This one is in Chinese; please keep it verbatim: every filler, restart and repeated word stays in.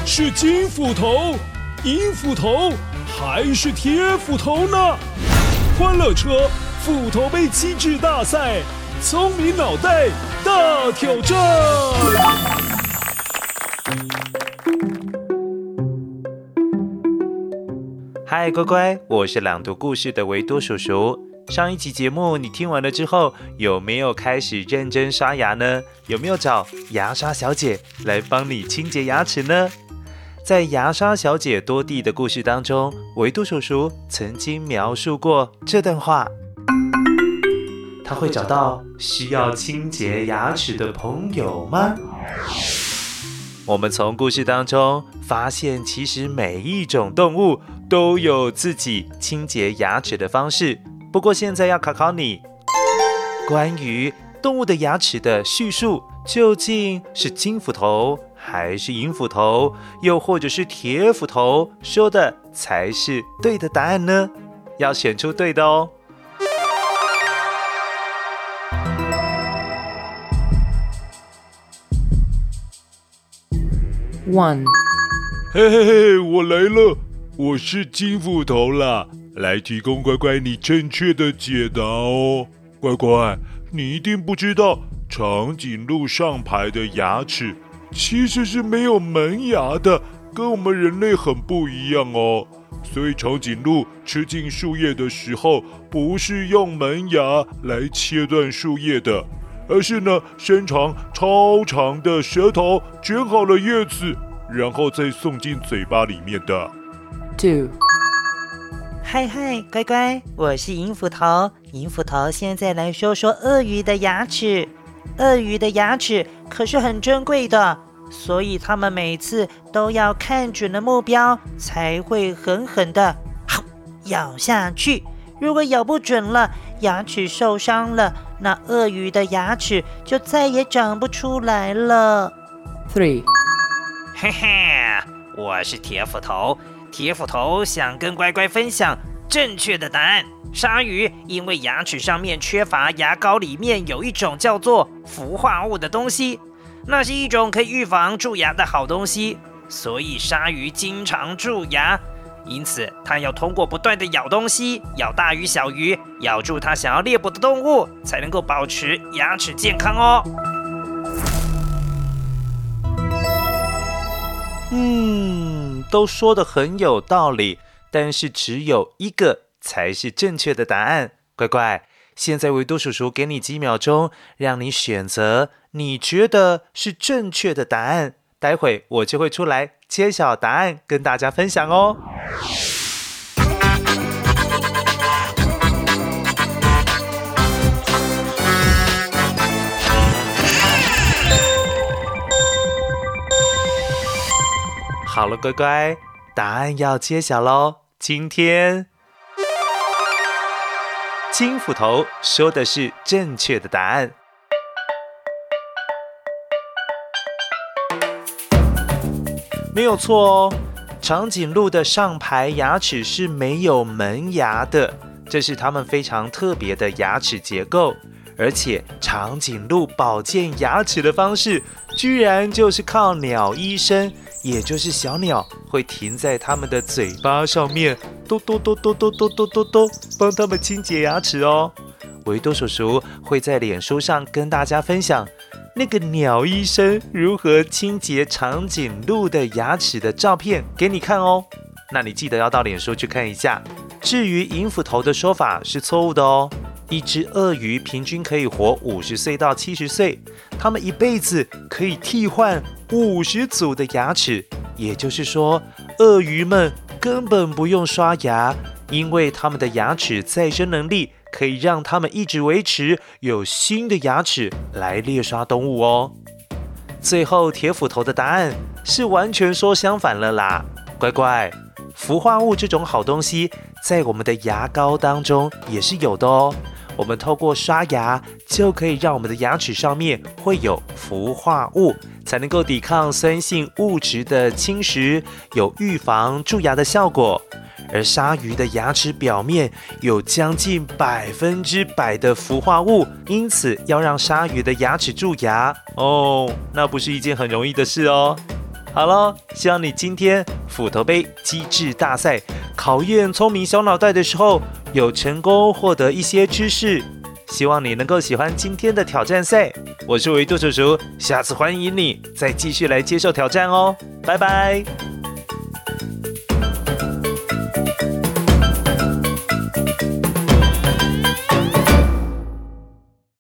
是金斧头、银斧头还是铁斧头呢？欢乐车斧头杯机智大赛，聪明脑袋大挑战。 嗨，乖乖，我是朗读故事的维多叔叔。上一集节目你听完了之后，有没有开始认真刷牙呢？有没有找牙刷小姐来帮你清洁牙齿呢？在牙刷小姐多蒂的故事当中，维多叔叔曾经描述过这段话：他会找到需要清洁牙齿的朋友吗？我们从故事当中发现，其实每一种动物都有自己清洁牙齿的方式。不过现在要考考你，关于动物的牙齿的叙述，究竟是金斧头还是银斧头，又或者是铁斧头说的才是对的答案呢？要选出对的哦。 One， 嘿嘿嘿，我来了，我是金斧头啦，来提供乖乖你正确的解答哦。乖乖，你一定不知道，长颈鹿上排的牙齿其实是没有门牙的，跟我们人类很不一样哦。所以长颈鹿吃进树叶的时候，不是用门牙来切断树叶的，而是呢伸长超长的舌头卷好了叶子，然后再送进嘴巴里面的。 Two， 嗨嗨，乖乖，我是银斧头。银斧头现在来说说鳄鱼的牙齿。鳄鱼的牙齿可是很珍贵的，所以它们每次都要看准了目标，才会狠狠的咬下去。如果咬不准了，牙齿受伤了，那鳄鱼的牙齿就再也长不出来了。 Three， 嘿嘿，我是铁斧头。铁斧头想跟乖乖分享正确的答案。鲨鱼因为牙齿上面缺乏牙膏里面有一种叫做氟化物的东西，那是一种可以预防蛀牙的好东西，所以鲨鱼经常蛀牙。因此它要通过不断的咬东西，咬大鱼小鱼，咬住它想要猎捕的动物，才能够保持牙齿健康哦。 嗯，都说得很有道理，但是只有一个才是正确的答案。乖乖，现在维多叔叔给你几秒钟，让你选择你觉得是正确的答案，待会我就会出来揭晓答案跟大家分享哦。好了，乖乖，答案要揭晓咯。今天金斧头说的是正确的答案。没有错哦，长颈鹿的上排牙齿是没有门牙的，这是它们非常特别的牙齿结构。而且长颈鹿保健牙齿的方式，居然就是靠鸟医生，也就是小鸟会停在它们的嘴巴上面，咚咚咚咚咚咚咚咚咚，帮它们清洁牙齿哦。维多叔叔会在脸书上跟大家分享那个鸟医生如何清洁长颈鹿的牙齿的照片给你看哦。那你记得要到脸书去看一下。至于银斧头的说法是错误的哦。一只鳄鱼平均可以活五十岁到七十岁，它们一辈子可以替换五十组的牙齿，也就是说，鳄鱼们根本不用刷牙，因为它们的牙齿再生能力可以让它们一直维持有新的牙齿来猎杀动物哦。最后，铁斧头的答案是完全说相反了啦，乖乖，氟化物这种好东西在我们的牙膏当中也是有的哦。我们透过刷牙就可以让我们的牙齿上面会有氟化物，才能够抵抗酸性物质的侵蚀，有预防蛀牙的效果。而鲨鱼的牙齿表面有将近百分之百的氟化物，因此要让鲨鱼的牙齿蛀牙哦，那不是一件很容易的事哦。 好咯，希望你今天斧头杯机智大赛考验聪明小脑袋的时候，有成功获得一些知识。希望你能够喜欢今天的挑战赛。我是维度叔叔，下次欢迎你再继续来接受挑战哦，拜拜。